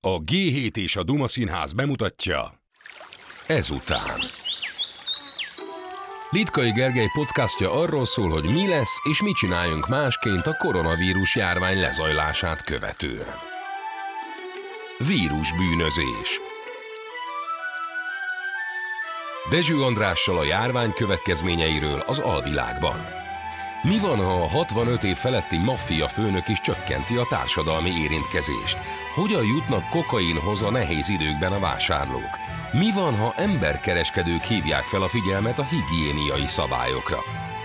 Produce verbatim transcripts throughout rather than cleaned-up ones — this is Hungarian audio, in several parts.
A gé hét és a Duma Színház bemutatja Ezután. Littkai Gergely podcastja arról szól, hogy mi lesz és mit csináljunk másként a koronavírus járvány lezajlását követően. Vírusbűnözés. Dezső Andrással a járvány következményeiről az alvilágban. Mi van, ha a hatvanöt év feletti maffia főnök is csökkenti a társadalmi érintkezést? Hogyan jutnak kokainhoz a nehéz időkben a vásárlók? Mi van, ha emberkereskedők hívják fel a figyelmet a higiéniai szabályokra?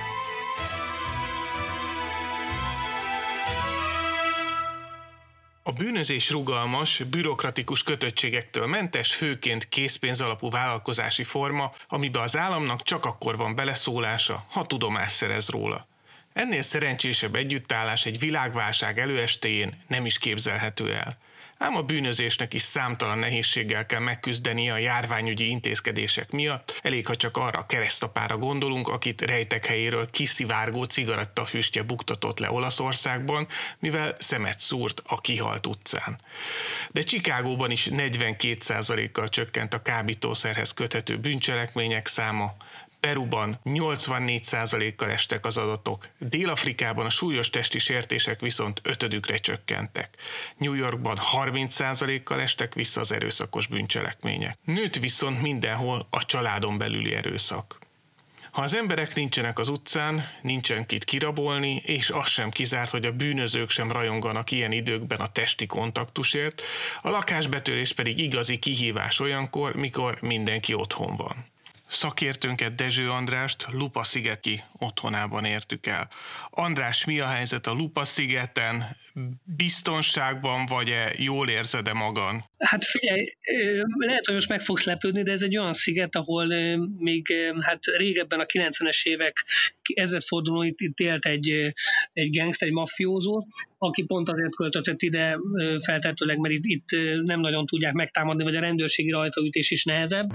A bűnözés rugalmas, bürokratikus kötöttségektől mentes, főként készpénz alapú vállalkozási forma, amiben az államnak csak akkor van beleszólása, ha tudomást szerez róla. Ennél szerencsésebb együttállás egy világválság előestéjén nem is képzelhető el. Ám a bűnözésnek is számtalan nehézséggel kell megküzdenie a járványügyi intézkedések miatt, elég ha csak arra a keresztapára gondolunk, akit rejtek helyéről kiszivárgó cigarettafüstje buktatott le Olaszországban, mivel szemet szúrt a kihalt utcán. De Chicagóban is negyvenkét százalékkal csökkent a kábítószerhez köthető bűncselekmények száma, Peruban nyolcvannégy százalékkal estek az adatok, Dél-Afrikában a súlyos testi sértések viszont ötödükre csökkentek. New Yorkban harminc százalékkal estek vissza az erőszakos bűncselekmények. Nőtt viszont mindenhol a családon belüli erőszak. Ha az emberek nincsenek az utcán, nincsen kit kirabolni, és az sem kizárt, hogy a bűnözők sem rajonganak ilyen időkben a testi kontaktusért, a lakásbetörés pedig igazi kihívás olyankor, mikor mindenki otthon van. Szakértőnket, Dezső Andrást Lupa-szigeti otthonában értük el. András, mi a helyzet a Lupa-szigeten? Biztonságban vagy-e? Jól érzed-e magad? Hát figyelj, lehet, hogy most meg fogsz lepődni, de ez egy olyan sziget, ahol még hát régebben a kilencvenes évek ezredfordulón itt, itt élt egy, egy gangster, egy maffiózó, aki pont azért költözött ide feltehetőleg, mert itt, itt nem nagyon tudják megtámadni, vagy a rendőrségi rajtaütés is nehezebb.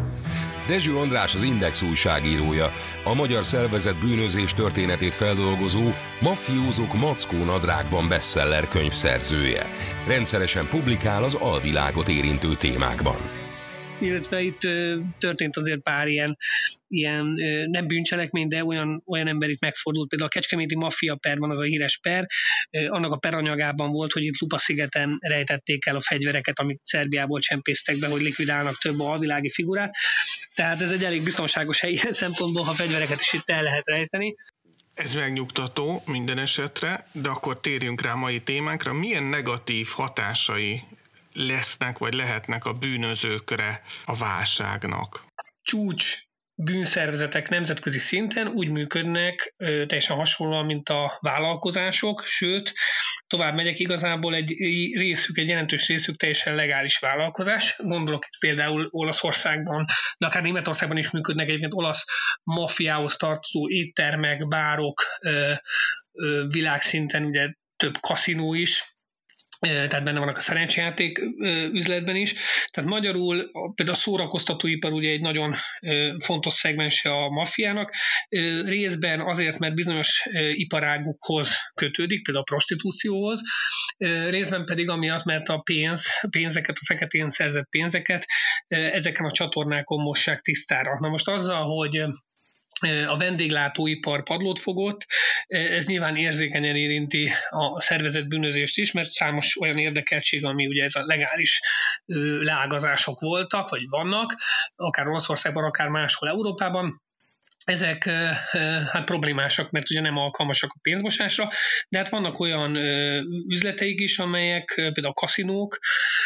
Dezső András az Index újságírója, a magyar szervezett bűnözés történetét feldolgozó Maffiózók mackó nadrágban bestseller könyv szerzője. Rendszeresen publikál az alvilágot érintő témákban. Illetve itt ö, történt azért pár ilyen, ilyen ö, nem bűncselekmény, de olyan, olyan ember itt megfordult. Például a kecskeméti maffia perban, az a híres per, ö, annak a peranyagában volt, hogy itt Lupa-szigeten rejtették el a fegyvereket, amit Szerbiából csempésztek be, hogy likvidálnak több alvilági figurát. Tehát ez egy elég biztonságos hely ilyen szempontból, ha fegyvereket is itt el lehet rejteni. Ez megnyugtató minden esetre, de akkor térjünk rá mai témánkra. Milyen negatív hatásai lesznek, vagy lehetnek a bűnözőkre a válságnak? Csúcs bűnszervezetek nemzetközi szinten úgy működnek, teljesen hasonlóan, mint a vállalkozások, sőt, tovább megyek, igazából egy részük, egy jelentős részük teljesen legális vállalkozás. Gondolok például Olaszországban, de akár Németországban is működnek egyébként olasz maffiához tartozó éttermek, bárok, világszinten ugye több kaszinó is, tehát benne vannak a szerencsejáték üzletben is. Tehát magyarul például a szórakoztatóipar ugye egy nagyon fontos szegmense a maffiának, részben azért, mert bizonyos iparágukhoz kötődik, például a prostitúcióhoz, részben pedig amiatt, mert a pénz, pénzeket, a feketén szerzett pénzeket ezeken a csatornákon mossák tisztára. Na most azzal, hogy a vendéglátóipar padlót fogott, ez nyilván érzékenyen érinti a szervezett bűnözést is, mert számos olyan érdekeltség, ami ugye ez a legális leágazások voltak, vagy vannak, akár Olaszországban, akár máshol Európában, ezek hát problémásak, mert ugye nem alkalmasak a pénzmosásra, de hát vannak olyan üzleteik is, amelyek például a kaszinók,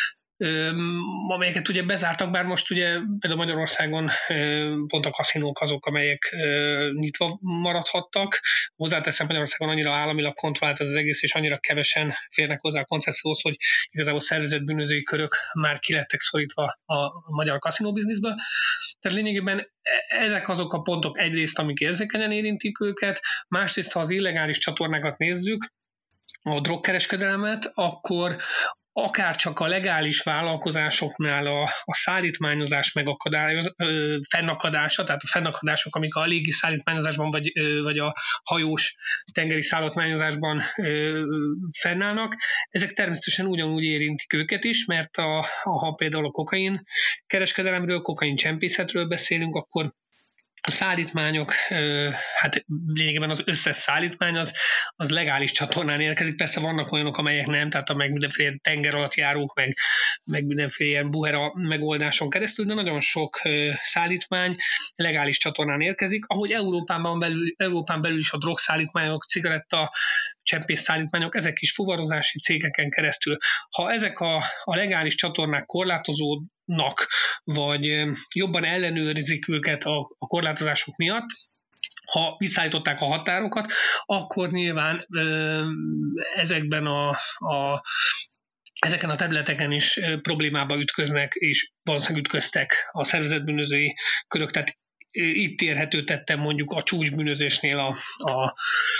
amelyeket ugye bezártak, bár most ugye például Magyarországon pont a kaszinók azok, amelyek nyitva maradhattak. Hozzáteszem, Magyarországon annyira államilag kontrollált ez az egész, és annyira kevesen férnek hozzá a koncepcióhoz, hogy igazából szervezett bűnözői körök már kilettek szorítva a magyar kaszinóbizniszből. Tehát lényegében ezek azok a pontok egyrészt, amik érzékenyen érintik őket, másrészt, ha az illegális csatornákat nézzük, a drogkereskedelmet, akkor akár csak a legális vállalkozásoknál a, a szállítmányozás megakadályoz, ö, fennakadása, tehát a fennakadások, amik a légi szállítmányozásban vagy, ö, vagy a hajós tengeri szállítmányozásban ö, fennállnak, ezek természetesen ugyanúgy érintik őket is, mert a, ha például a kokain kereskedelemről, kokain csempészetről beszélünk, akkor a szállítmányok, hát lényegében az összes szállítmány az, az legális csatornán érkezik. Persze vannak olyanok, amelyek nem, tehát a meg mindenféle tenger alatt járók, meg, meg mindenféle ilyen buhera megoldáson keresztül, de nagyon sok szállítmány legális csatornán érkezik, ahogy Európában belül, Európán belül is a drogszállítmányok, cigaretta, csempész szállítmányok, ezek is fuvarozási cégeken keresztül. Ha ezek a, a legális csatornák korlátozódnak, vagy jobban ellenőrizik őket a, a korlátozások miatt, ha visszaállították a határokat, akkor nyilván ö, ezekben a, a ezeken a területeken is problémába ütköznek, és valószínűleg ütköztek a szervezetbűnözői körök. Tehát itt érhető tettem mondjuk a csúcsbűnözésnél a, a,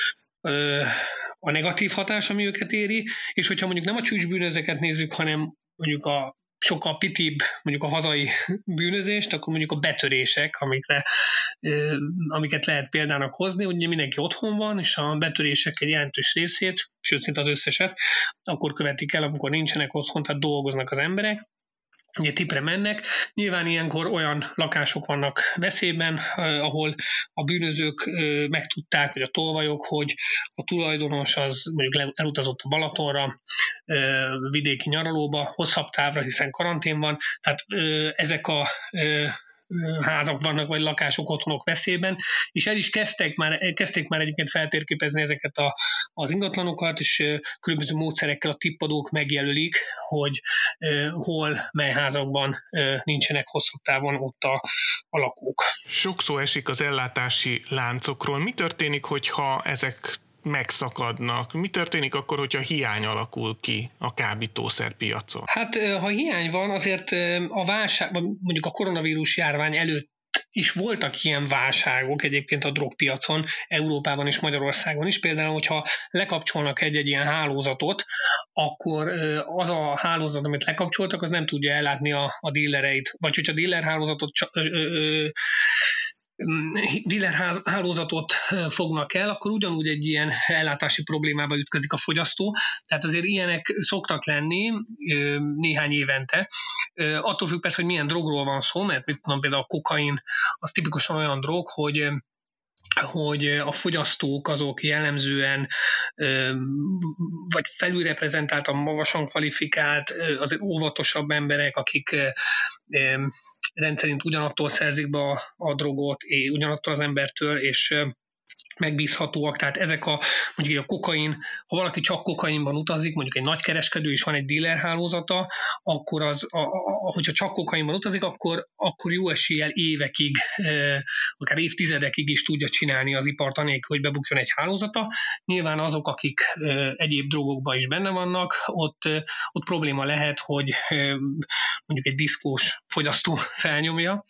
a negatív hatás, ami őket éri, és hogyha mondjuk nem a csúcsbűnözőket nézzük, hanem mondjuk a sokkal pitibb, mondjuk a hazai bűnözést, akkor mondjuk a betörések, amikre, amiket lehet példának hozni, hogy mindenki otthon van, és a betörések egy jelentős részét, sőt szinte az összeset, akkor követik el, amikor nincsenek otthon, tehát dolgoznak az emberek, ugye tipre mennek. Nyilván ilyenkor olyan lakások vannak veszélyben, eh, ahol a bűnözők eh, megtudták, vagy a tolvajok, hogy a tulajdonos az mondjuk elutazott a Balatonra, eh, vidéki nyaralóba, hosszabb távra, hiszen karantén van. Tehát eh, ezek a eh, házak vannak, vagy lakások, otthonok veszélyben, és el is kezdték már, kezdték már egyébként feltérképezni ezeket a, az ingatlanokat, és különböző módszerekkel a tippadók megjelölik, hogy uh, hol, mely házakban uh, nincsenek hosszabb távon ott a, a lakók. Sok szó esik az ellátási láncokról. Mi történik, hogyha ezek megszakadnak? Mi történik akkor, hogyha hiány alakul ki a kábítószerpiacon? Hát ha hiány van, azért a válság, mondjuk a koronavírus járvány előtt is voltak ilyen válságok egyébként a drogpiacon, Európában és Magyarországon is. Például, hogyha lekapcsolnak egy-egy ilyen hálózatot, akkor az a hálózat, amit lekapcsoltak, az nem tudja ellátni a, a dílereit. Vagy hogyha díler hálózatot csak, ö, ö, dealer hálózatot fognak el, akkor ugyanúgy egy ilyen ellátási problémába ütközik a fogyasztó. Tehát azért ilyenek szoktak lenni néhány évente. Attól függ persze, hogy milyen drogról van szó, mert mit tudom, például a kokain az tipikusan olyan drog, hogy hogy a fogyasztók azok jellemzően vagy felülreprezentáltan magasan kvalifikált, azért óvatosabb emberek, akik rendszerint ugyanattól szerzik be a, a drogot, ugyanattól az embertől, és megbízhatóak, tehát ezek a, mondjuk a kokain, ha valaki csak kokainban utazik, mondjuk egy nagykereskedő és van egy dealer hálózata, akkor az, a, a, hogyha csak kokainban utazik, akkor, akkor jó eséllyel évekig, e, akár évtizedekig is tudja csinálni az ipart anélkül, hogy bebukjon egy hálózata. Nyilván azok, akik e, egyéb drogokban is benne vannak, ott, e, ott probléma lehet, hogy e, mondjuk egy diszkós fogyasztó felnyomja.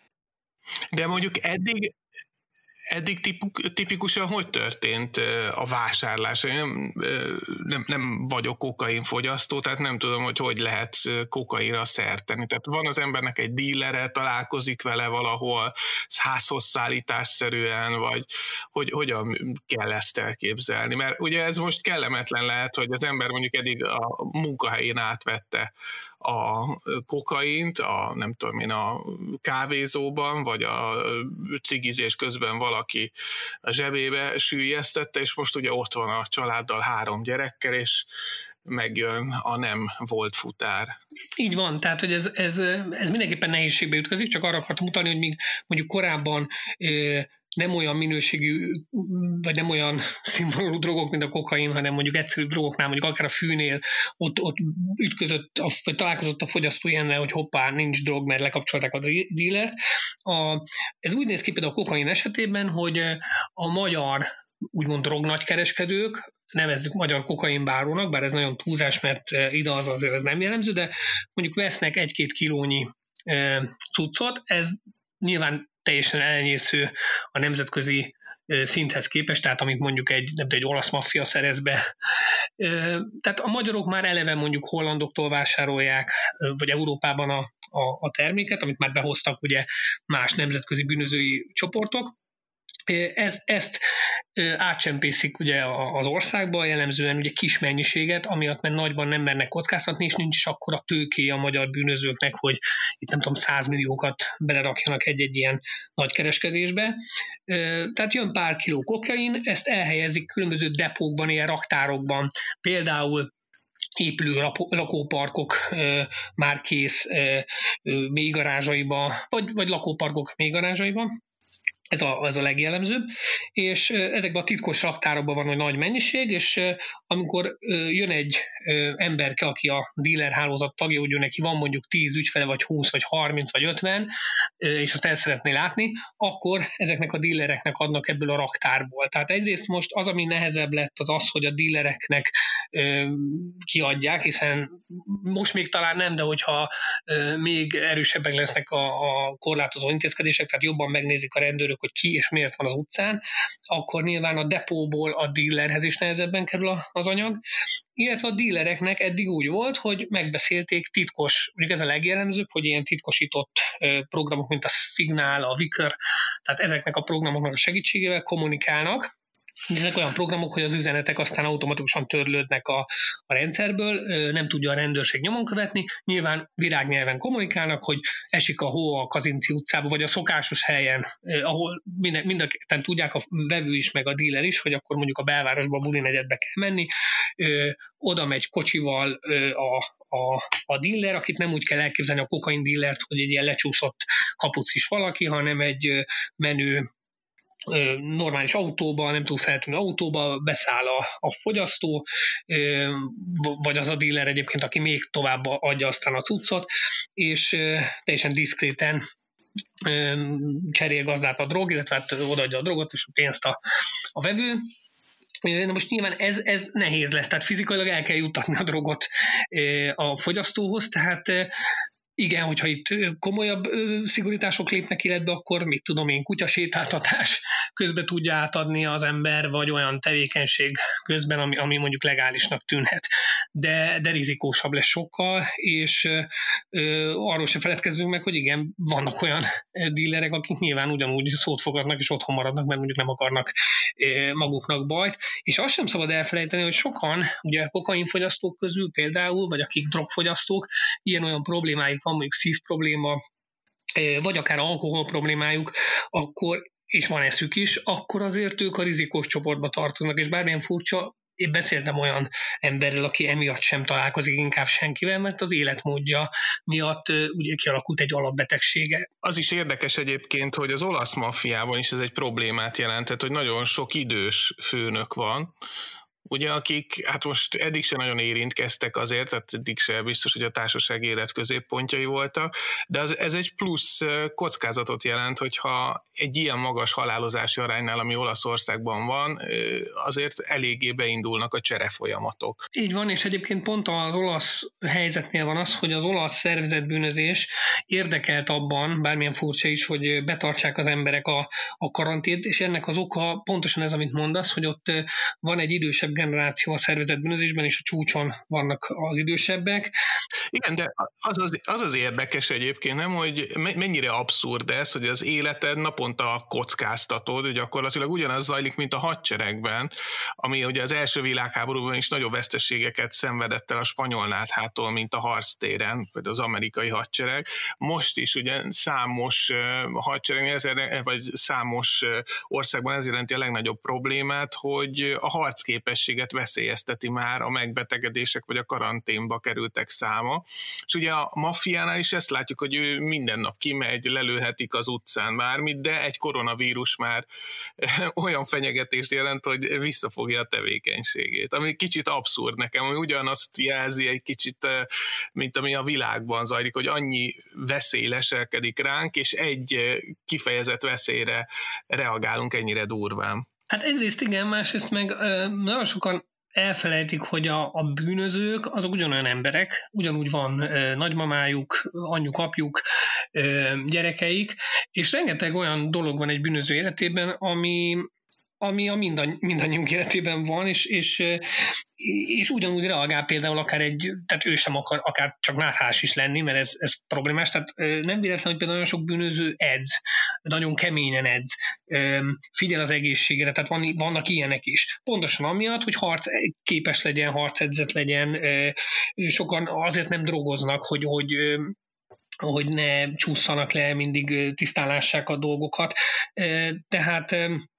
De mondjuk eddig Eddig tipikusan hogy történt a vásárlás? Én nem, nem, nem vagyok kokainfogyasztó, tehát nem tudom, hogy hogy lehet kokainra szert tenni. Tehát van az embernek egy dílere, találkozik vele valahol, házhoz szállításszerűen, vagy hogy, hogyan kell ezt elképzelni? Mert ugye ez most kellemetlen lehet, hogy az ember mondjuk eddig a munkahelyén átvette a kokaint, a nem tudom én, a kávézóban, vagy a cigizés közben valaki a zsebébe süllyesztette, és most ugye ott van a családdal három gyerekkel, és megjön a nem volt futár. Így van, tehát hogy ez, ez, ez mindenképpen nehézségbe ütközik, csak arra akartam mutatni, hogy még mondjuk korábban nem olyan minőségű, vagy nem olyan színvonalú drogok, mint a kokain, hanem mondjuk egyszerű drogoknál, mondjuk akár a fűnél, ott, ott ütközött, vagy találkozott a fogyasztó ilyennel, hogy hoppá, nincs drog, mert lekapcsolták a dílert. A, ez úgy néz ki például a kokain esetében, hogy a magyar úgymond drognagykereskedők, nevezzük magyar kokainbárónak, bár ez nagyon túlzás, mert ide az azért ez nem jellemző, de mondjuk vesznek egy-két kilónyi cuccot, ez nyilván teljesen elenyésző a nemzetközi szinthez képest, tehát amit mondjuk egy, nem tudom, egy olasz maffia szerez be. Tehát a magyarok már eleve mondjuk hollandoktól vásárolják, vagy Európában a, a, a terméket, amit már behoztak ugye más nemzetközi bűnözői csoportok. Ez, ezt átcsempészik ugye az országba, jellemzően ugye kis mennyiséget, amiatt mert nagyban nem mernek kockáztatni, és nincs is akkora tőkéje a magyar bűnözőknek, hogy itt nem tudom, százmilliókat belerakjanak egy-egy ilyen nagy kereskedésbe. Tehát jön pár kiló kokain, ezt elhelyezik különböző depókban, ilyen raktárokban, például épülő lakóparkok már kész mélygarázsaiba, vagy, vagy lakóparkok mélygarázsaiba. Ez a, ez a legjellemzőbb, és ezekben a titkos raktárokban van egy nagy mennyiség, és amikor jön egy emberke, aki a dealer hálózat tagja, úgy neki van mondjuk tíz ügyfele, vagy húsz, vagy harminc, vagy ötven, és azt el szeretné látni, akkor ezeknek a dealereknek adnak ebből a raktárból. Tehát egyrészt most az, ami nehezebb lett, az az, hogy a dealereknek kiadják, hiszen most még talán nem, de hogyha még erősebbek lesznek a, a korlátozó intézkedések, tehát jobban megnézik a rendőrök, hogy ki és miért van az utcán, akkor nyilván a depóból a dealerhez is nehezebben kerül az anyag, illetve a dealereknek eddig úgy volt, hogy megbeszélték titkos, mondjuk ez a legjellemzőbb, hogy ilyen titkosított programok, mint a Signal, a Vicker, tehát ezeknek a programoknak a segítségével kommunikálnak. Ezek olyan programok, hogy az üzenetek aztán automatikusan törlődnek a, a rendszerből, nem tudja a rendőrség nyomon követni, nyilván virágnyelven kommunikálnak, hogy esik a hó a Kazinci utcába, vagy a szokásos helyen, ahol mind, mind a ketten tudják, a vevő is, meg a dealer is, hogy akkor mondjuk a belvárosba, a buli negyedbe kell menni, ö, oda megy kocsival ö, a, a, a dealer, akit nem úgy kell elképzelni a kokain dealert, hogy egy ilyen lecsúszott kapucis valaki, hanem egy menő normális autóba, nem túl feltűnő autóba beszáll a, a fogyasztó, vagy az a dealer egyébként, aki még tovább adja aztán a cuccot, és teljesen diszkréten cserél gazdát a drog, illetve hát odaadja a drogot és a pénzt a, a vevő. Na most nyilván ez, ez nehéz lesz, tehát fizikailag el kell juttatni a drogot a fogyasztóhoz, tehát igen, hogyha itt komolyabb szigorítások lépnek életbe, akkor mit tudom én, kutyasétáltatás közben tudja átadni az ember, vagy olyan tevékenység közben, ami, ami mondjuk legálisnak tűnhet. De, de rizikósabb lesz sokkal, és ö, arról se feledkezzünk meg, hogy igen, vannak olyan dílerek, akik nyilván ugyanúgy szót fogadnak, és otthon maradnak, mert mondjuk nem akarnak ö, maguknak bajt. És azt sem szabad elfelejteni, hogy sokan, ugye kokainfogyasztók közül például, vagy akik drogfogyasztók, ilyen-olyan problémáik van, mondjuk szív probléma, vagy akár alkohol problémájuk, akkor, és van eszük is, akkor azért ők a rizikós csoportba tartoznak, és bármilyen furcsa, én beszéltem olyan emberrel, aki emiatt sem találkozik inkább senkivel, mert az életmódja miatt ugye kialakult egy alapbetegsége. Az is érdekes egyébként, hogy az olasz maffiában is ez egy problémát jelentett, hogy nagyon sok idős főnök van, ugye, akik hát most eddig se nagyon érintkeztek azért, tehát eddig se biztos, hogy a társaság élet középpontjai voltak, de az, ez egy plusz kockázatot jelent, hogyha egy ilyen magas halálozási aránynál, ami Olaszországban van, azért eléggé beindulnak a cserefolyamatok. Így van, és egyébként pont az olasz helyzetnél van az, hogy az olasz szervezetbűnözés érdekelt abban, bármilyen furcsa is, hogy betartsák az emberek a, a karantént, és ennek az oka pontosan ez, amit mondasz, hogy ott van egy idősebb generáció a szervezetbűnözésben, és a csúcson vannak az idősebbek. Igen, de az az, az az érdekes egyébként, nem, hogy mennyire abszurd ez, hogy az életed naponta kockáztatod, gyakorlatilag ugyanaz zajlik, mint a hadseregben, ami ugye az első világháborúban is nagyobb veszteségeket szenvedett el a spanyol náthától, mint a harctéren, vagy az amerikai hadsereg. Most is ugye számos hadsereg, vagy számos országban ez jelenti a legnagyobb problémát, hogy a harcképesség veszélyezteti már a megbetegedések vagy a karanténba kerültek száma. És ugye a maffiánál is ezt látjuk, hogy ő minden nap kimegy, lelőhetik az utcán bármit, de egy koronavírus már olyan fenyegetést jelent, hogy visszafogja a tevékenységét. Ami kicsit abszurd nekem, hogy ugyanazt jelzi egy kicsit, mint ami a világban zajlik, hogy annyi veszély leselkedik ránk, és egy kifejezett veszélyre reagálunk ennyire durván. Hát egyrészt igen, másrészt meg nagyon sokan elfelejtik, hogy a, a bűnözők azok ugyanolyan emberek, ugyanúgy van ö, nagymamájuk, anyjuk, apjuk, ö, gyerekeik, és rengeteg olyan dolog van egy bűnöző életében, ami ami a mindanny, mindannyiunk életében van, és, és, és ugyanúgy reagál például akár egy, tehát ő sem akar akár csak náthás is lenni, mert ez, ez problémás, tehát nem véletlen, hogy például nagyon sok bűnöző edz, nagyon keményen edz, figyel az egészségére, tehát van, vannak ilyenek is. Pontosan amiatt, hogy harc képes legyen, harcedzett legyen, sokan azért nem drogoznak, hogy, hogy hogy ne csúszanak le, mindig tisztán lássák a dolgokat. Tehát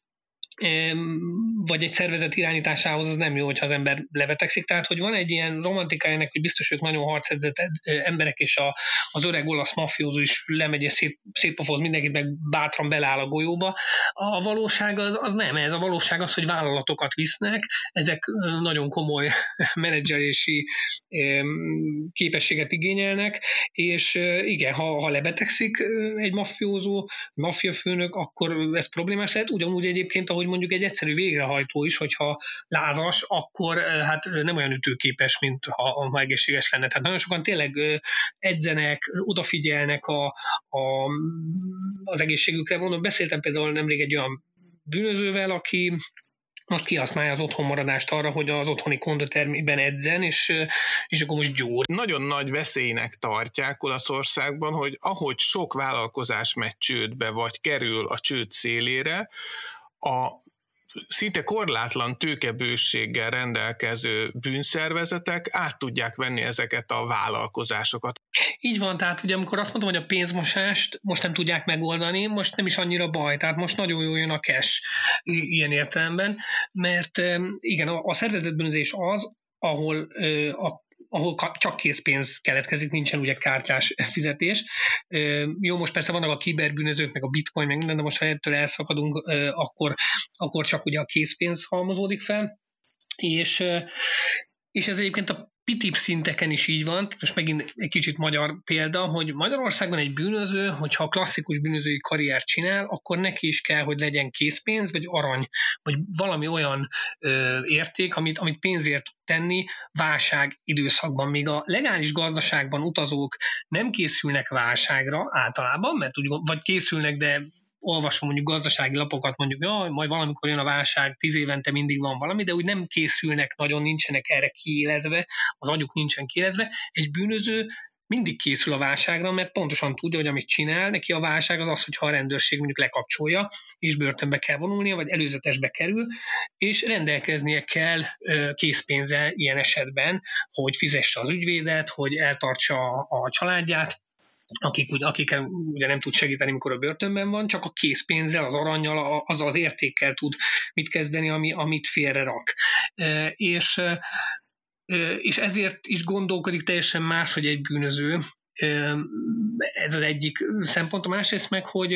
vagy egy szervezet irányításához az nem jó, hogyha az ember lebetegszik. Tehát, hogy van egy ilyen romantikájának, hogy biztos ők nagyon harcedzett emberek, és a, az öreg olasz mafiózó is lemegy és szét, szétpofoz mindenkit, meg bátran beleáll a golyóba. A valóság az, az nem ez. A valóság az, hogy vállalatokat visznek, ezek nagyon komoly menedzselési képességet igényelnek, és igen, ha, ha lebetegszik egy mafiózó, mafiafőnök, akkor ez problémás lehet. Ugyanúgy egyébként, ahogy mondjuk egy egyszerű végrehajtó is, hogyha lázas, akkor hát nem olyan ütőképes, mint ha, ha egészséges lenne. Tehát nagyon sokan tényleg edzenek, odafigyelnek a, a, az egészségükre. Mondom, beszéltem például nemrég egy olyan bűnözővel, aki most kihasználja az otthonmaradást arra, hogy az otthoni kondotermiben edzen, és, és akkor most gyór. Nagyon nagy veszélynek tartják Olaszországban, hogy ahogy sok vállalkozás megy csődbe, vagy kerül a csőd szélére, a szinte korlátlan tőkebőséggel rendelkező bűnszervezetek át tudják venni ezeket a vállalkozásokat. Így van, tehát ugye amikor azt mondom, hogy a pénzmosást most nem tudják megoldani, most nem is annyira baj, tehát most nagyon jól jön a cash ilyen értelemben, mert igen, a szervezetbűnözés az, ahol a ahol csak készpénz keletkezik, nincsen ugye kártyás fizetés. Jó, most persze vannak a kiberbűnözők, meg a bitcoin, meg minden, de most ha ettől elszakadunk, akkor, akkor csak ugye a készpénz halmozódik fel. És, és ez egyébként a pitibb szinteken is így van, most megint egy kicsit magyar példa, hogy Magyarországon egy bűnöző, hogyha klasszikus bűnözői karriert csinál, akkor neki is kell, hogy legyen készpénz, vagy arany, vagy valami olyan ö, érték, amit, amit pénzért tud tenni válság időszakban. Míg a legális gazdaságban utazók nem készülnek válságra általában, mert úgy, vagy készülnek, de olvasva mondjuk gazdasági lapokat, mondjuk, jaj, majd valamikor jön a válság, tíz évente mindig van valami, de úgy nem készülnek, nagyon nincsenek erre kiélezve, az agyuk nincsen kiélezve. Egy bűnöző mindig készül a válságra, mert pontosan tudja, hogy amit csinál, neki a válság az az, hogyha a rendőrség mondjuk lekapcsolja, és börtönbe kell vonulnia, vagy előzetesbe kerül, és rendelkeznie kell készpénzzel ilyen esetben, hogy fizesse az ügyvédet, hogy eltartsa a családját, akik, akikkel ugye nem tud segíteni, amikor a börtönben van, csak a készpénzzel, az arannyal, az az értékkel tud mit kezdeni, ami, amit félre rak. E, és, e, és ezért is gondolkodik teljesen más, hogy egy bűnöző. E, ez az egyik szempont. A másrészt meg, hogy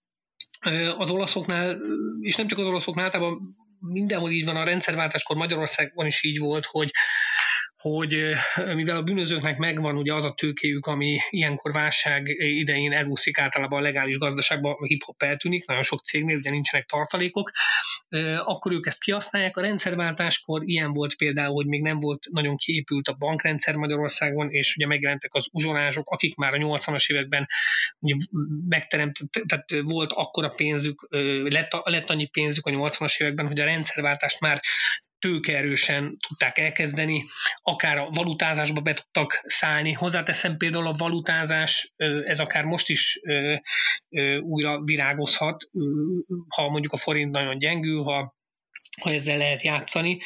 az olaszoknál, és nem csak az olaszoknál, általában mindenhol így van, a rendszerváltáskor Magyarországon is így volt, hogy hogy mivel a bűnözőknek megvan ugye az a tőkéjük, ami ilyenkor válság idején elúszik általában a legális gazdaságban, a hip-hop eltűnik, nagyon sok cégnél ugye nincsenek tartalékok, akkor ők ezt kihasználják. A rendszerváltáskor ilyen volt például, hogy még nem volt nagyon kiépült a bankrendszer Magyarországon, és ugye megjelentek az uzsonázsok, akik már a nyolcvanas években ugye megteremtett, tehát volt akkora pénzük, lett, lett annyi pénzük a nyolcvanas években, hogy a rendszerváltást már tőkeerősen tudták elkezdeni, akár a valutázásba be tudtak szállni. Hozzáteszem például a valutázás, ez akár most is újra virágozhat, ha mondjuk a forint nagyon gyengül, ha, ha ezzel lehet játszani.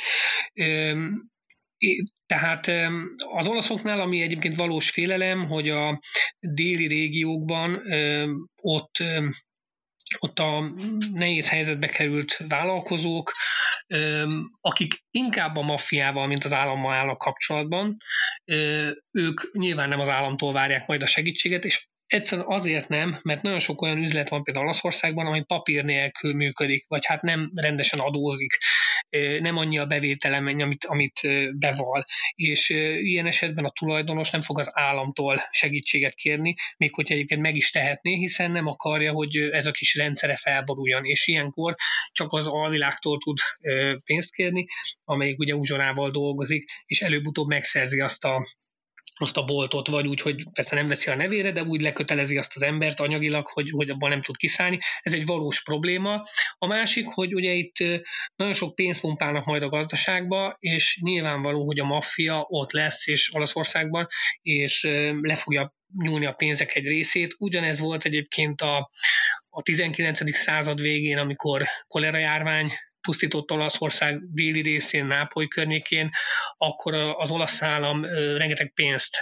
Tehát az olaszoknál, ami egyébként valós félelem, hogy a déli régiókban ott ott a nehéz helyzetbe került vállalkozók, akik inkább a maffiával, mint az állammal állnak kapcsolatban, ők nyilván nem az államtól várják majd a segítséget, és egyszerűen azért nem, mert nagyon sok olyan üzlet van például Olaszországban, ami papír nélkül működik, vagy hát nem rendesen adózik, nem annyi a bevételem, amit, amit beval. És ilyen esetben a tulajdonos nem fog az államtól segítséget kérni, még hogyha egyébként meg is tehetné, hiszen nem akarja, hogy ez a kis rendszere felboruljon, és ilyenkor csak az alvilágtól tud pénzt kérni, amelyik ugye uzsonával dolgozik, és előbb-utóbb megszerzi azt a azt a boltot, vagy úgy, hogy persze nem veszi a nevére, de úgy lekötelezi azt az embert anyagilag, hogy, hogy abban nem tud kiszállni. Ez egy valós probléma. A másik, hogy ugye itt nagyon sok pénzt pumpálnak majd a gazdaságba, és nyilvánvaló, hogy a maffia ott lesz, és Olaszországban, és le fogja nyúlni a pénzek egy részét. Ugyanez volt egyébként a, a tizenkilencedik század végén, amikor kolera járvány pusztított Olaszország déli részén, Nápoly környékén, akkor az olasz állam rengeteg pénzt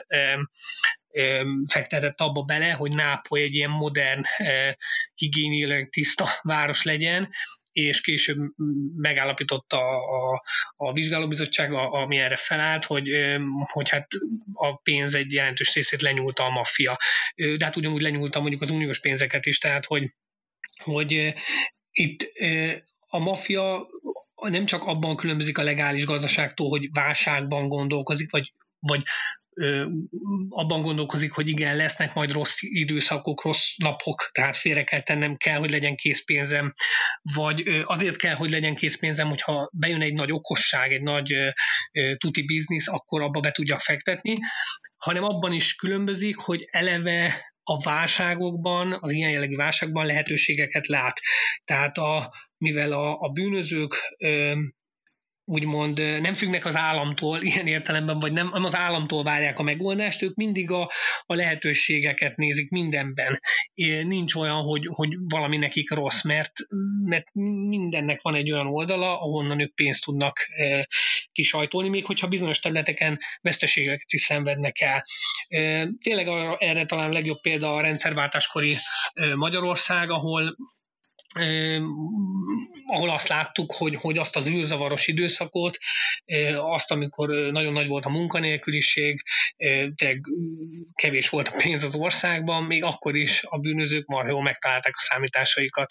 fektetett abba bele, hogy Nápoly egy ilyen modern, higiéniailag tiszta város legyen, és később megállapította a, a, a vizsgálóbizottság, ami erre felállt, hogy, hogy hát a pénz egy jelentős részét lenyúlta a maffia. De hát ugyanúgy lenyúlta mondjuk az uniós pénzeket is, tehát hogy, hogy itt a maffia nem csak abban különbözik a legális gazdaságtól, hogy válságban gondolkozik, vagy, vagy ö, abban gondolkozik, hogy igen, lesznek majd rossz időszakok, rossz napok, tehát félre kell tennem, kell, hogy legyen készpénzem, vagy ö, azért kell, hogy legyen készpénzem, hogyha bejön egy nagy okosság, egy nagy ö, ö, tuti biznisz, akkor abba be tudjak fektetni, hanem abban is különbözik, hogy eleve a válságokban, az ilyen jellegű válságban lehetőségeket lát. Tehát a, mivel a, a bűnözők ö, úgymond nem függnek az államtól ilyen értelemben, vagy nem, nem az államtól várják a megoldást, ők mindig a, a lehetőségeket nézik mindenben. Nincs olyan, hogy, hogy valami nekik rossz, mert, mert mindennek van egy olyan oldala, ahonnan ők pénzt tudnak e, kisajtolni, még hogyha bizonyos területeken veszteségeket is szenvednek el. E, tényleg arra, erre talán a legjobb példa a rendszerváltáskori e, Magyarország, ahol Eh, ahol azt láttuk, hogy, hogy azt az űrzavaros időszakot, eh, azt, amikor nagyon nagy volt a munkanélküliség, eh, kevés volt a pénz az országban, még akkor is a bűnözők marha jól megtalálták a számításaikat.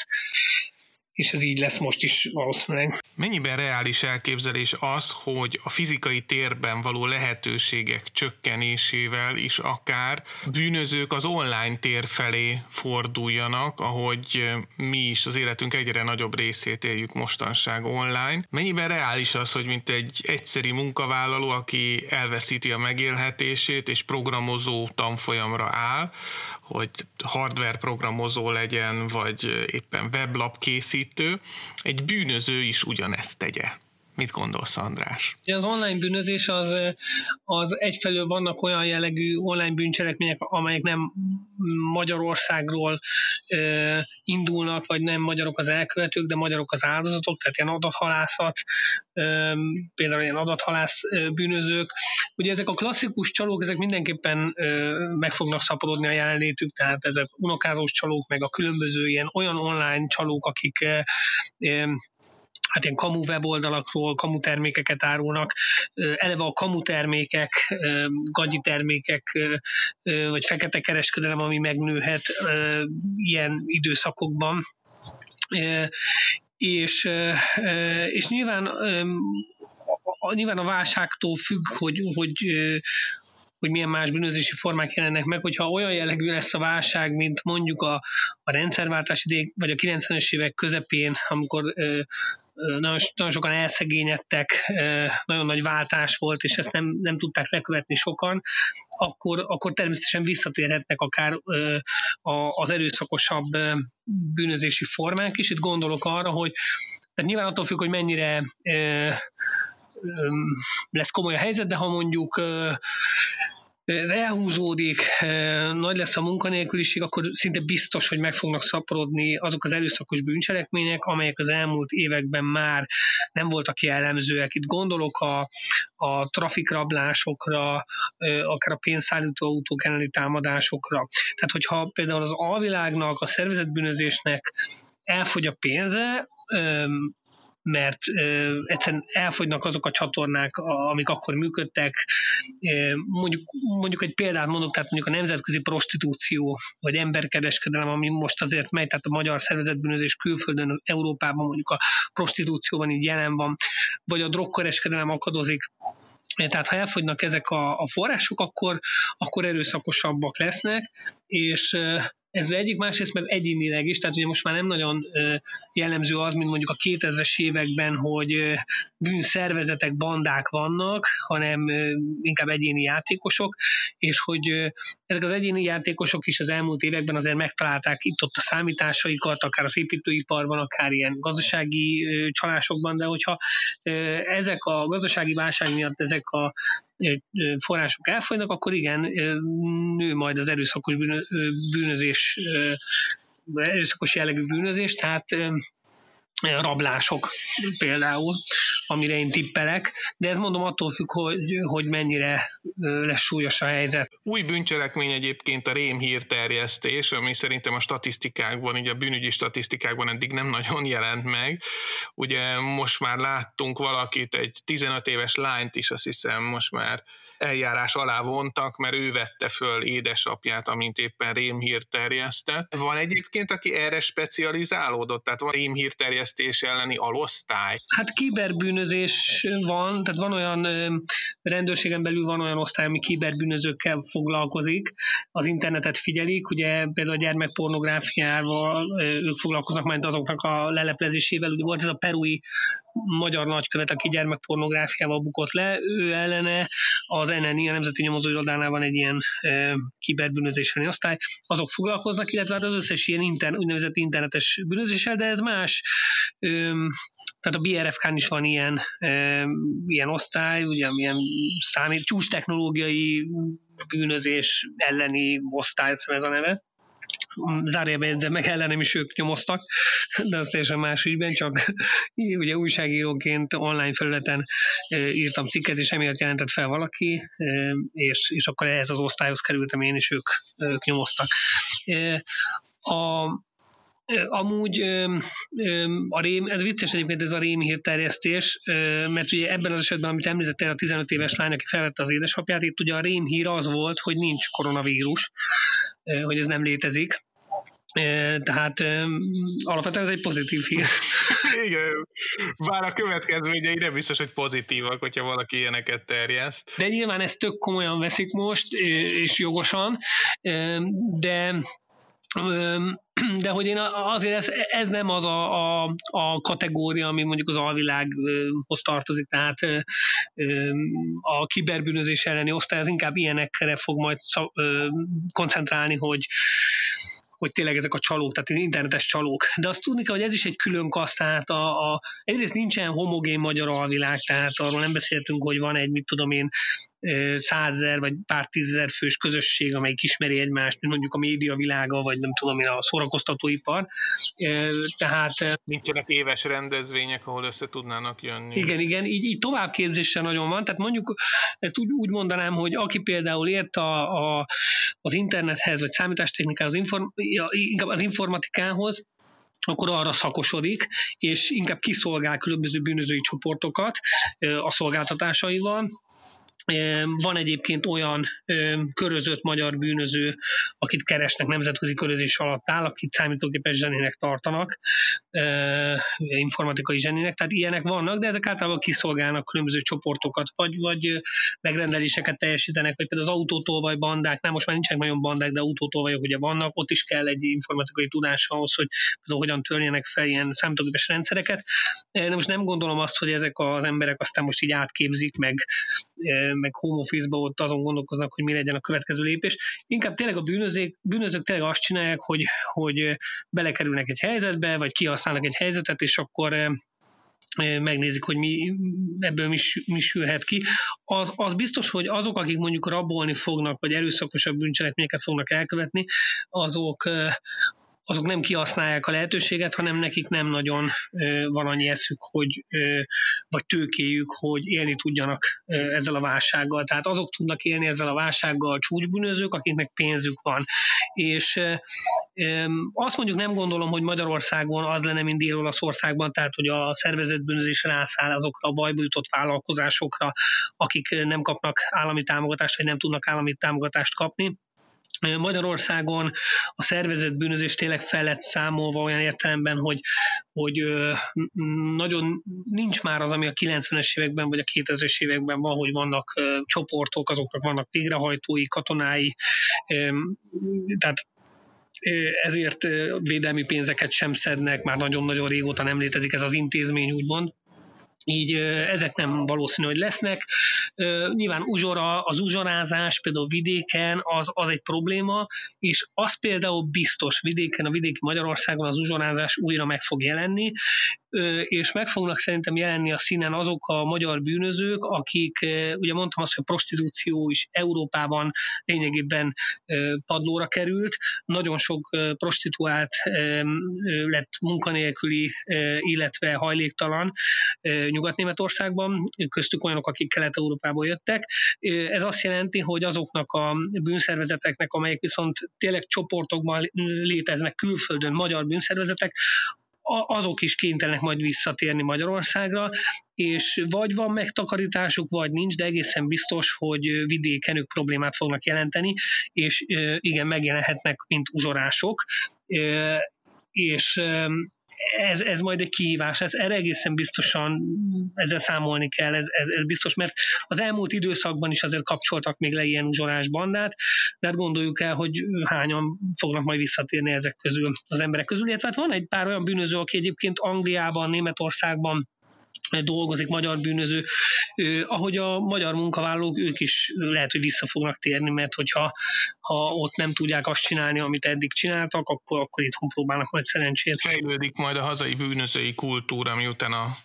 És ez így lesz most is valószínűleg. Mennyiben reális elképzelés az, hogy a fizikai térben való lehetőségek csökkenésével is akár bűnözők az online tér felé forduljanak, ahogy mi is az életünk egyre nagyobb részét éljük mostanság online. Mennyiben reális az, hogy mint egy egyszeri munkavállaló, aki elveszíti a megélhetését és programozó tanfolyamra áll, hogy hardware programozó legyen, vagy éppen weblap készítő, egy bűnöző is ugyanezt tegye. Mit gondolsz, András? Az online bűnözés az, az egyfelől vannak olyan jellegű online bűncselekmények, amelyek nem Magyarországról ö, indulnak, vagy nem magyarok az elkövetők, de magyarok az áldozatok, tehát ilyen adathalászat, ö, például ilyen adathalász bűnözők. Ugye ezek a klasszikus csalók, ezek mindenképpen ö, meg fognak szaporodni a jelenlétük, tehát ezek unokázós csalók, meg a különböző ilyen olyan online csalók, akik ö, ö, hát ilyen kamu weboldalakról kamu termékeket árulnak, eleve a kamu termékek, gagyi termékek, vagy fekete kereskedelem, ami megnőhet ilyen időszakokban. És, és nyilván, nyilván a válságtól függ, hogy, hogy hogy milyen más bűnözési formák jelennek meg, hogyha olyan jellegű lesz a válság, mint mondjuk a, a rendszerváltás idején, vagy a kilencvenes évek közepén, amikor ö, ö, nagyon, nagyon sokan elszegényedtek, ö, nagyon nagy váltás volt, és ezt nem, nem tudták lekövetni sokan, akkor, akkor természetesen visszatérhetnek akár ö, a, az erőszakosabb ö, bűnözési formák is. Itt gondolok arra, hogy tehát nyilván attól függ, hogy mennyire ö, ö, lesz komoly a helyzet, de ha mondjuk ö, ez elhúzódik, nagy lesz a munkanélküliség, akkor szinte biztos, hogy meg fognak szaporodni azok az erőszakos bűncselekmények, amelyek az elmúlt években már nem voltak jellemzőek. Itt gondolok a, a trafikrablásokra, akár a pénzszállító autók elleni támadásokra. Tehát, hogyha például az alvilágnak, a szervezetbűnözésnek elfogy a pénze, mert ö, egyszerűen elfogynak azok a csatornák, amik akkor működtek. Mondjuk, mondjuk egy példát mondok, tehát mondjuk a nemzetközi prostitúció, vagy emberkereskedelem, ami most azért megy, tehát a magyar szervezetbűnözés külföldön, Európában mondjuk a prostitúcióban így jelen van, vagy a drogkereskedelem akadozik. Tehát ha elfogynak ezek a, a források, akkor, akkor erőszakosabbak lesznek, és Ez egyik, másrészt meg egyénileg is, tehát ugye most már nem nagyon jellemző az, mint mondjuk a kétezres években, hogy bűnszervezetek, bandák vannak, hanem inkább egyéni játékosok, és hogy ezek az egyéni játékosok is az elmúlt években azért megtalálták itt-ott a számításaikat, akár az építőiparban, akár ilyen gazdasági csalásokban, de hogyha ezek a gazdasági válság miatt ezek a források elfolynak, akkor igen, nő majd az erőszakos bűnözés, erőszakos jellegű bűnözés, tehát rablások például, amire én tippelek, de ez mondom attól függ, hogy, hogy mennyire lesz súlyos a helyzet. Új bűncselekmény egyébként a rémhírterjesztés, ami szerintem a statisztikákban, így a bűnügyi statisztikákban eddig nem nagyon jelent meg. Ugye most már láttunk valakit, egy tizenöt éves lányt is, azt hiszem most már eljárás alá vontak, mert ő vette föl édesapját, amint éppen rémhír terjesztett. Van egyébként, aki erre specializálódott, tehát van rémhírterjesztés elleni alosztály? Hát kiberbűnözés van, tehát van olyan rendőrségen belül van olyan osztály, ami kiberbűnözőkkel foglalkozik, az internetet figyelik, ugye például a gyermekpornográfiával ők foglalkoznak majd azoknak a leleplezésével, ugye volt ez a perui magyar nagykövet, aki gyermekpornográfiával bukott le, ő ellene az en en i, a Nemzeti Nyomozóirodánál van egy ilyen e, kiberbűnözési osztály, azok foglalkoznak, illetve hát az összes ilyen inter, úgynevezett internetes bűnözéssel, de ez más. E, tehát a bé er ef ká-n is van ilyen, e, ilyen osztály, ugye ilyen számít, csúcs technológiai bűnözés elleni osztály, ez a neve. Zárjába jegyzem meg, ellenem is ők nyomoztak, de az teljesen más ügyben, csak ugye újságíróként online felületen írtam cikket, és emiatt jelentett fel valaki, és, és akkor ehhez az osztályhoz kerültem én, és ők, ők nyomoztak. A Amúgy a rém, ez vicces egyébként ez a rémhírterjesztés, mert ugye ebben az esetben, amit említettél, a tizenöt éves lány, aki felvette az édesapját, itt ugye a rémhír az volt, hogy nincs koronavírus, hogy ez nem létezik. Tehát alapvetően ez egy pozitív hír. Igen, bár a következményei nem biztos, hogy pozitívak, hogyha valaki ilyeneket terjeszt. De nyilván ezt tök komolyan veszik most, és jogosan, de de hogy én azért ez, ez nem az a, a, a kategória, ami mondjuk az alvilághoz tartozik, tehát a kiberbűnözés elleni osztály az inkább ilyenekre fog majd koncentrálni, hogy hogy tényleg ezek a csalók, tehát internetes csalók. De azt tudni kell, hogy ez is egy külön kaszt, tehát a, a, egyrészt nincsen homogén magyar alvilág, tehát arról nem beszéltünk, hogy van egy, mit tudom én, százezer vagy pár tízezer fős közösség, amelyik ismeri egymást, mint mondjuk a médiavilága, vagy nem tudom én, a szórakoztatóipar. Tehát... Nincsenek éves rendezvények, ahol össze tudnának jönni. Igen, igen, így, így továbbképzéssel nagyon van, tehát mondjuk ezt úgy, úgy mondanám, hogy aki például ért a, a, az internethez, vagy számítástechnikához, inform, inkább az informatikához, akkor arra szakosodik, és inkább kiszolgál különböző bűnözői csoportokat a szolgáltatásaival. Van egyébként olyan körözött magyar bűnöző, akit keresnek, nemzetközi körözés alatt áll, akit számítógépes zseninek tartanak, informatikai zseninek, tehát ilyenek vannak, de ezek általában kiszolgálnak különböző csoportokat, vagy, vagy megrendeléseket teljesítenek, vagy például az autótolvaj bandák, nem most már nincsenek nagyon bandák, de autótolvajok ugye vannak, ott is kell egy informatikai tudás ahhoz, hogy például hogyan törjenek fel ilyen számítógépes rendszereket. De most nem gondolom azt, hogy ezek az emberek aztán most így átképzik, meg meg home office-ba ott azon gondolkoznak, hogy mi legyen a következő lépés. Inkább tényleg a bűnözők, bűnözők tényleg azt csinálják, hogy, hogy belekerülnek egy helyzetbe, vagy kihasználnak egy helyzetet, és akkor megnézik, hogy mi, ebből mi, mi sülhet ki. Az, az biztos, hogy azok, akik mondjuk rabolni fognak, vagy erőszakosabb bűncselekményeket fognak elkövetni, azok azok nem kihasználják a lehetőséget, hanem nekik nem nagyon van annyi eszük, hogy, vagy tőkéjük, hogy élni tudjanak ezzel a válsággal. Tehát azok tudnak élni ezzel a válsággal csúcsbűnözők, akiknek pénzük van. És azt mondjuk nem gondolom, hogy Magyarországon az lenne, mint Dél-Olaszországban, tehát hogy a szervezetbűnözés rászáll azokra a bajba jutott vállalkozásokra, akik nem kapnak állami támogatást, vagy nem tudnak állami támogatást kapni. Magyarországon a szervezett bűnözés tényleg fel lett számolva olyan értelemben, hogy, hogy nagyon nincs már az, ami a kilencvenes években vagy a kétezres években van, hogy vannak csoportok, azoknak vannak végrehajtói, katonái, tehát ezért védelmi pénzeket sem szednek, már nagyon-nagyon régóta nem létezik ez az intézmény, úgymond. Így ezek nem valószínű, hogy lesznek. Nyilván uzsora, az uzsorázás például vidéken az, az egy probléma, és az például biztos vidéken, a vidéki Magyarországon az uzsorázás újra meg fog jelenni, és meg fognak szerintem jelenni a színen azok a magyar bűnözők, akik, ugye mondtam azt, hogy a prostitúció is Európában lényegében padlóra került, nagyon sok prostituált lett munkanélküli, illetve hajléktalan Nyugat-Németországban, köztük olyanok, akik Kelet-Európából jöttek. Ez azt jelenti, hogy azoknak a bűnszervezeteknek, amelyek viszont tényleg csoportokban léteznek külföldön, magyar bűnszervezetek, azok is kénytelenek majd visszatérni Magyarországra, és vagy van megtakarításuk, vagy nincs, de egészen biztos, hogy vidéken ők problémát fognak jelenteni, és igen, megjelenhetnek, mint uzsorások, és Ez, ez majd egy kihívás, ez erre egészen biztosan ezzel számolni kell, ez, ez, ez biztos, mert az elmúlt időszakban is azért kapcsoltak még le ilyen uzsorás bandát, de hát gondoljuk el, hogy hányan fognak majd visszatérni ezek közül, az emberek közül, illetve hát van egy pár olyan bűnöző, aki egyébként Angliában, Németországban dolgozik, magyar bűnöző, ahogy a magyar munkavállalók, ők is lehet, hogy vissza fognak térni, mert hogyha ha ott nem tudják azt csinálni, amit eddig csináltak, akkor, akkor itthon próbálnak majd szerencsét. Fejlődik majd a hazai bűnözői kultúra, miután a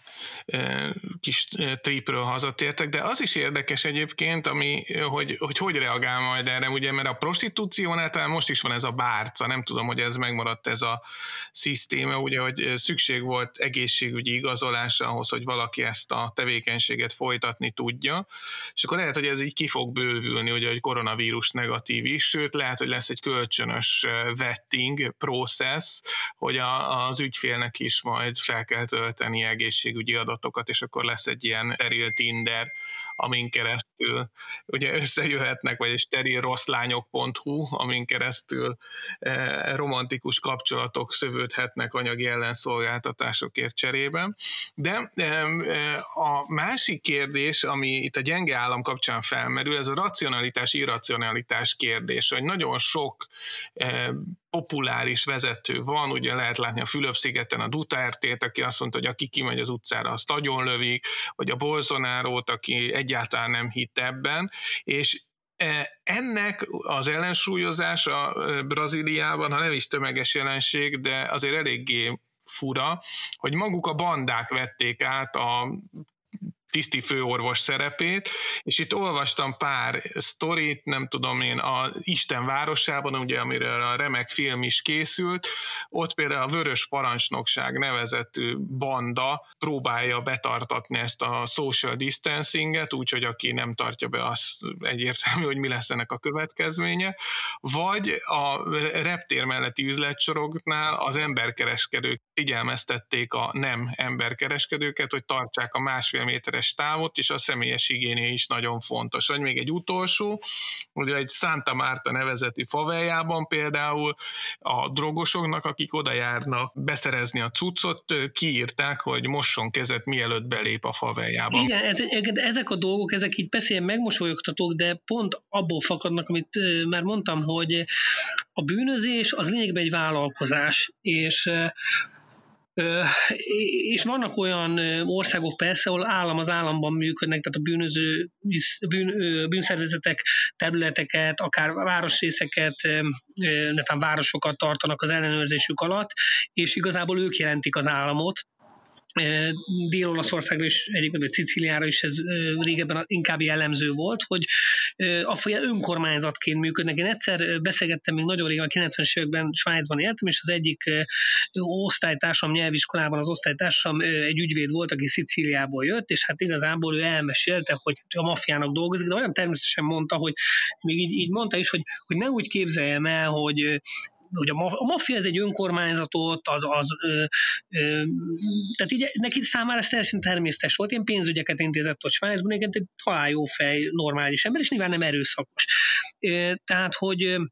kis tripről hazatértek, de az is érdekes egyébként, ami, hogy, hogy hogy reagál majd erre, ugye, mert a prostitúciónál talán most is van ez a bárca, nem tudom, hogy ez megmaradt ez a szisztéma, ugye, hogy szükség volt egészségügyi igazolásra ahhoz, hogy valaki ezt a tevékenységet folytatni tudja, és akkor lehet, hogy ez így ki fog bővülni, ugye, hogy koronavírus negatív is, sőt, lehet, hogy lesz egy kölcsönös vetting process, hogy a, az ügyfélnek is majd fel kell tölteni egészségügyi adatokat, és akkor lesz egy ilyen steril Tinder, amin keresztül ugye összejöhetnek, vagy egy steril rosszlányok pont hu, amin keresztül eh, romantikus kapcsolatok szövődhetnek anyagi ellenszolgáltatásokért cserében. De eh, a másik kérdés, ami itt a gyenge állam kapcsán felmerül, ez a racionalitás-irracionalitás kérdés, hogy nagyon sok eh, populáris vezető van, ugye lehet látni a Fülöp-szigeten a Duterte-t, aki azt mondta, hogy aki kimegy az utcára, azt agyonlövik, vagy a Bolsonarót, aki egyáltalán nem hitt ebben, és ennek az ellensúlyozása Brazíliában, ha nem is tömeges jelenség, de azért eléggé fura, hogy maguk a bandák vették át a tiszti főorvos szerepét, és itt olvastam pár sztorit, nem tudom én, a Isten városában, ugye, amiről a remek film is készült, ott például a Vörös Parancsnokság nevezetű banda próbálja betartatni ezt a social distancinget, úgyhogy aki nem tartja be, az egyértelmű, hogy mi lesz ennek a következménye, vagy a reptér melletti üzletsoroknál az emberkereskedők figyelmeztették a nem emberkereskedőket, hogy tartsák a másfél méteres távot, és a személyes higiénia is nagyon fontos. Vagy még egy utolsó, ugye egy Santa Marta nevezetű faveljában például a drogosoknak, akik oda járnak beszerezni a cuccot, kiírták, hogy mosson kezet, mielőtt belép a faveljában. Igen, ez, ezek a dolgok, ezek így beszéljen megmosolyogtatók, de pont abból fakadnak, amit már mondtam, hogy a bűnözés az lényegben egy vállalkozás, és és vannak olyan országok persze, ahol állam az államban működnek, tehát a bűnöző bűn, bűnszervezetek területeket, akár városrészeket, netán városokat tartanak az ellenőrzésük alatt, és igazából ők jelentik az államot. Dél-Olaszországra is, egyébként vagy Szicíliára is ez régebben inkább jellemző volt, hogy a önkormányzatként működnek. Én egyszer beszélgettem még nagyon régen, a kilencvenes években Svájcban éltem, és az egyik osztálytársam, nyelviskolában az osztálytársam egy ügyvéd volt, aki Szicíliából jött, és hát igazából ő elmesélte, hogy a maffiának dolgozik, de olyan természetesen mondta, hogy még így, így mondta is, hogy, hogy ne úgy képzeljem el, hogy hogy a maffia ez egy önkormányzatot, az, az ö, ö, tehát így neki számára ez teljesen természetes volt, ilyen pénzügyeket intézett ott Svájcban, egy halál jó fej, normális ember, és nyilván nem erőszakos. Tehát, hogy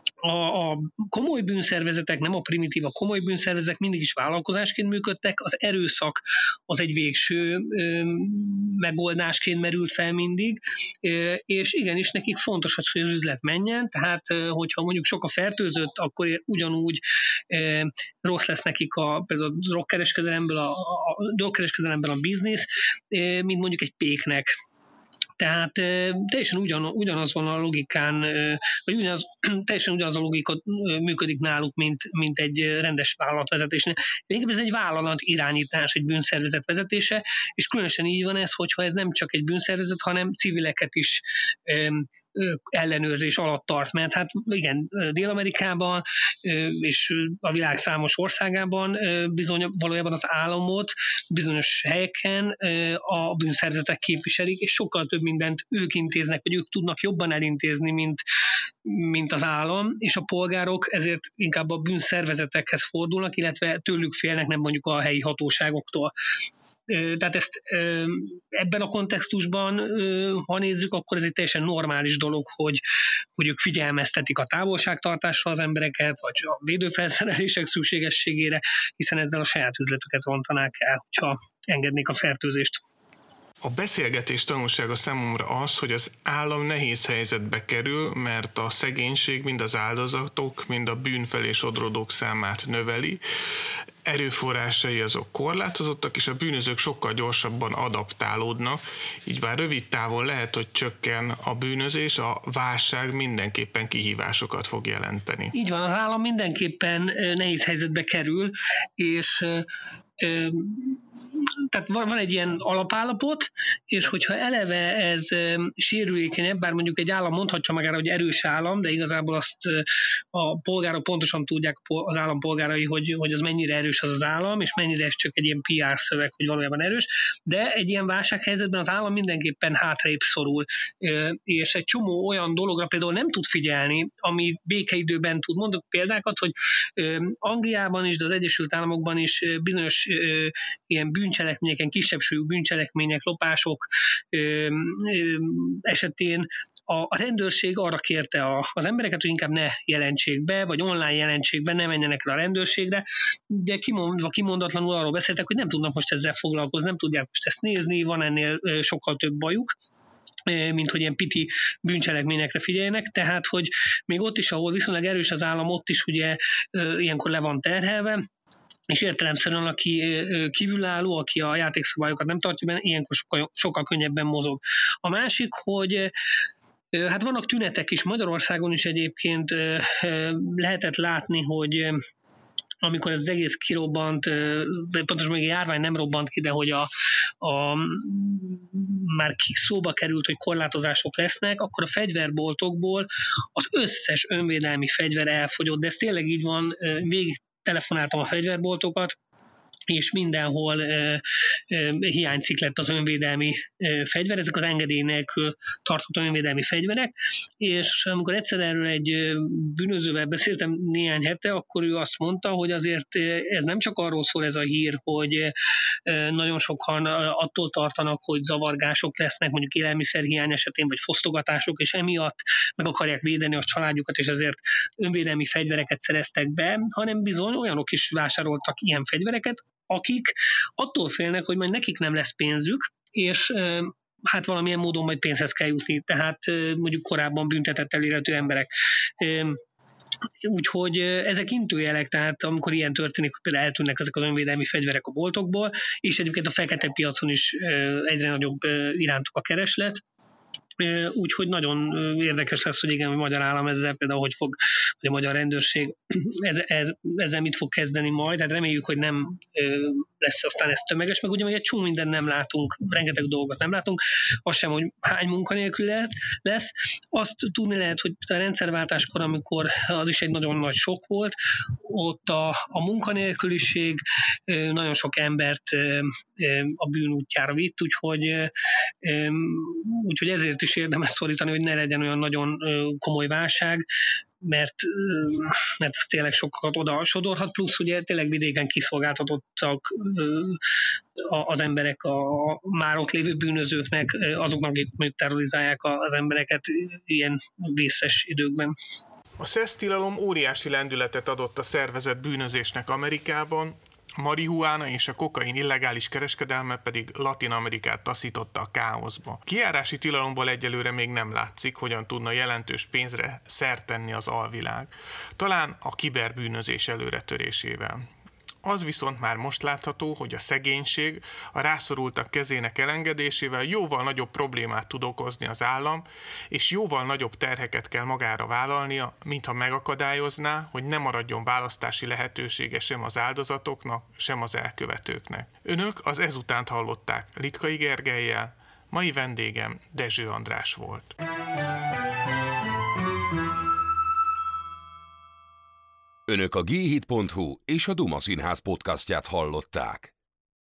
A, a komoly bűnszervezetek, nem a primitív, a komoly bűnszervezetek mindig is vállalkozásként működtek, az erőszak az egy végső ö, megoldásként merült fel mindig, ö, és igenis nekik fontos, hogy az üzlet menjen, tehát ö, hogyha mondjuk sok a fertőzött, akkor ugyanúgy ö, rossz lesz nekik a, például a drogkereskedelemből a, a drogkereskedelemből a biznisz, ö, mint mondjuk egy péknek. Tehát teljesen ugyan, ugyanazon a logikán, vagy ugyanaz, teljesen ugyanaz a logika működik náluk, mint, mint egy rendes vállalatvezetésnél. Inkább ez egy vállalat irányítás, egy bűnszervezet vezetése, és különösen így van ez, hogyha ez nem csak egy bűnszervezet, hanem civileket is ellenőrzés alatt tart, mert hát igen, Dél-Amerikában és a világ számos országában bizony valójában az államot bizonyos helyeken a bűnszervezetek képviselik, és sokkal több mindent ők intéznek, vagy ők tudnak jobban elintézni, mint, mint az állam, és a polgárok ezért inkább a bűnszervezetekhez fordulnak, illetve tőlük félnek, nem mondjuk a helyi hatóságoktól. Tehát ezt ebben a kontextusban, ha nézzük, akkor ez egy teljesen normális dolog, hogy, hogy ők figyelmeztetik a távolságtartásra az embereket, vagy a védőfelszerelések szükségességére, hiszen ezzel a saját üzletüket rontanák el, ha engednék a fertőzést. A beszélgetés tanulsága számomra az, hogy az állam nehéz helyzetbe kerül, mert a szegénység mind az áldozatok, mind a bűn felé sodródók számát növeli, erőforrásai azok korlátozottak, és a bűnözők sokkal gyorsabban adaptálódnak, így bár rövid távon lehet, hogy csökken a bűnözés, a válság mindenképpen kihívásokat fog jelenteni. Így van, az állam mindenképpen nehéz helyzetbe kerül, és tehát van, van egy ilyen alapállapot, és hogyha eleve ez sérülékenyebb, bár mondjuk egy állam mondhatja magára, hogy erős állam, de igazából azt a polgárok pontosan tudják, az állampolgárai, hogy, hogy az mennyire erős az az állam, és mennyire ez csak egy ilyen pé er szöveg, hogy valójában erős, de egy ilyen válsághelyzetben az állam mindenképpen hátrébb szorul, és egy csomó olyan dologra például nem tud figyelni, ami békeidőben tud. Mondok példákat, hogy Angliában is, de az Egyesült Államokban is bizonyos ilyen bűncselekményeken, kisebb súlyú bűncselekmények, lopások esetén a rendőrség arra kérte az embereket, hogy inkább ne jelentsék be, vagy online jelentsék be, ne menjenek rá a rendőrségre, de kimondva, kimondatlanul arról beszéltek, hogy nem tudnak most ezzel foglalkozni, nem tudják most ezt nézni, van ennél sokkal több bajuk, mint hogy ilyen piti bűncselekményekre figyeljenek, tehát hogy még ott is, ahol viszonylag erős az állam, ott is ugye ilyenkor le van terhelve, és értelemszerűen aki kívülálló, aki a játékszabályokat nem tartja benne, ilyenkor sokkal, sokkal könnyebben mozog. A másik, hogy hát vannak tünetek is, Magyarországon is egyébként lehetett látni, hogy amikor ez az egész kirobbant, pontosan még a járvány nem robbant ki, de hogy a, a, már szóba került, hogy korlátozások lesznek, akkor a fegyverboltokból az összes önvédelmi fegyver elfogyott, de ez tényleg így van, végig telefonáltam a fegyverboltokat, és mindenhol uh, uh, hiányzik lett az önvédelmi uh, fegyver, ezek az engedély nélkül tartható önvédelmi fegyverek, és amikor egyszer erről egy uh, bűnözővel beszéltem néhány hete, akkor ő azt mondta, hogy azért uh, ez nem csak arról szól ez a hír, hogy uh, nagyon sokan uh, attól tartanak, hogy zavargások lesznek, mondjuk élelmiszerhiány esetén, vagy fosztogatások, és emiatt meg akarják védeni a családjukat, és ezért önvédelmi fegyvereket szereztek be, hanem bizony olyanok is vásároltak ilyen fegyvereket, akik attól félnek, hogy majd nekik nem lesz pénzük, és hát valamilyen módon majd pénzhez kell jutni, tehát mondjuk korábban büntetett elérhető emberek. Úgyhogy ezek intőjelek, tehát amikor ilyen történik, hogy például eltűnnek ezek az önvédelmi fegyverek a boltokból, és egyébként a fekete piacon is egyre nagyobb irántuk a kereslet. Úgyhogy nagyon érdekes lesz, hogy igen, a magyar állam ezzel például hogy fog, hogy a magyar rendőrség ez, ez, ezzel mit fog kezdeni majd, tehát reméljük, hogy nem lesz aztán ez tömeges, meg ugye egy csomó mindent nem látunk, rengeteg dolgot nem látunk, az sem, hogy hány munkanélkül lehet, lesz. Azt tudni lehet, hogy a rendszerváltáskor, amikor az is egy nagyon nagy sok volt, ott a, a munkanélküliség nagyon sok embert a bűn útjára vitt, úgyhogy, úgyhogy ezért is érdemes szorítani, hogy ne legyen olyan nagyon komoly válság, mert, mert ez tényleg sokat oda sodorhat, plusz ugye tényleg vidéken kiszolgáltatottak az emberek a már ott lévő bűnözőknek, azoknak, akik terrorizálják az embereket ilyen vészes időkben. A szesztilalom óriási lendületet adott a szervezett bűnözésnek Amerikában, a marihuána és a kokain illegális kereskedelme pedig Latin Amerikát taszította a káoszba. Kijárási tilalomból egyelőre még nem látszik, hogyan tudna jelentős pénzre szert tenni az alvilág. Talán a kiberbűnözés előretörésével. Az viszont már most látható, hogy a szegénység a rászorultak kezének elengedésével jóval nagyobb problémát tud okozni az állam, és jóval nagyobb terheket kell magára vállalnia, mintha megakadályozná, hogy ne maradjon választási lehetősége sem az áldozatoknak, sem az elkövetőknek. Önök az ezutánt hallották Litkai Gergellyel, mai vendégem Dezső András volt. Önök a gé hét pont hu és a Duma Színház podcastját hallották.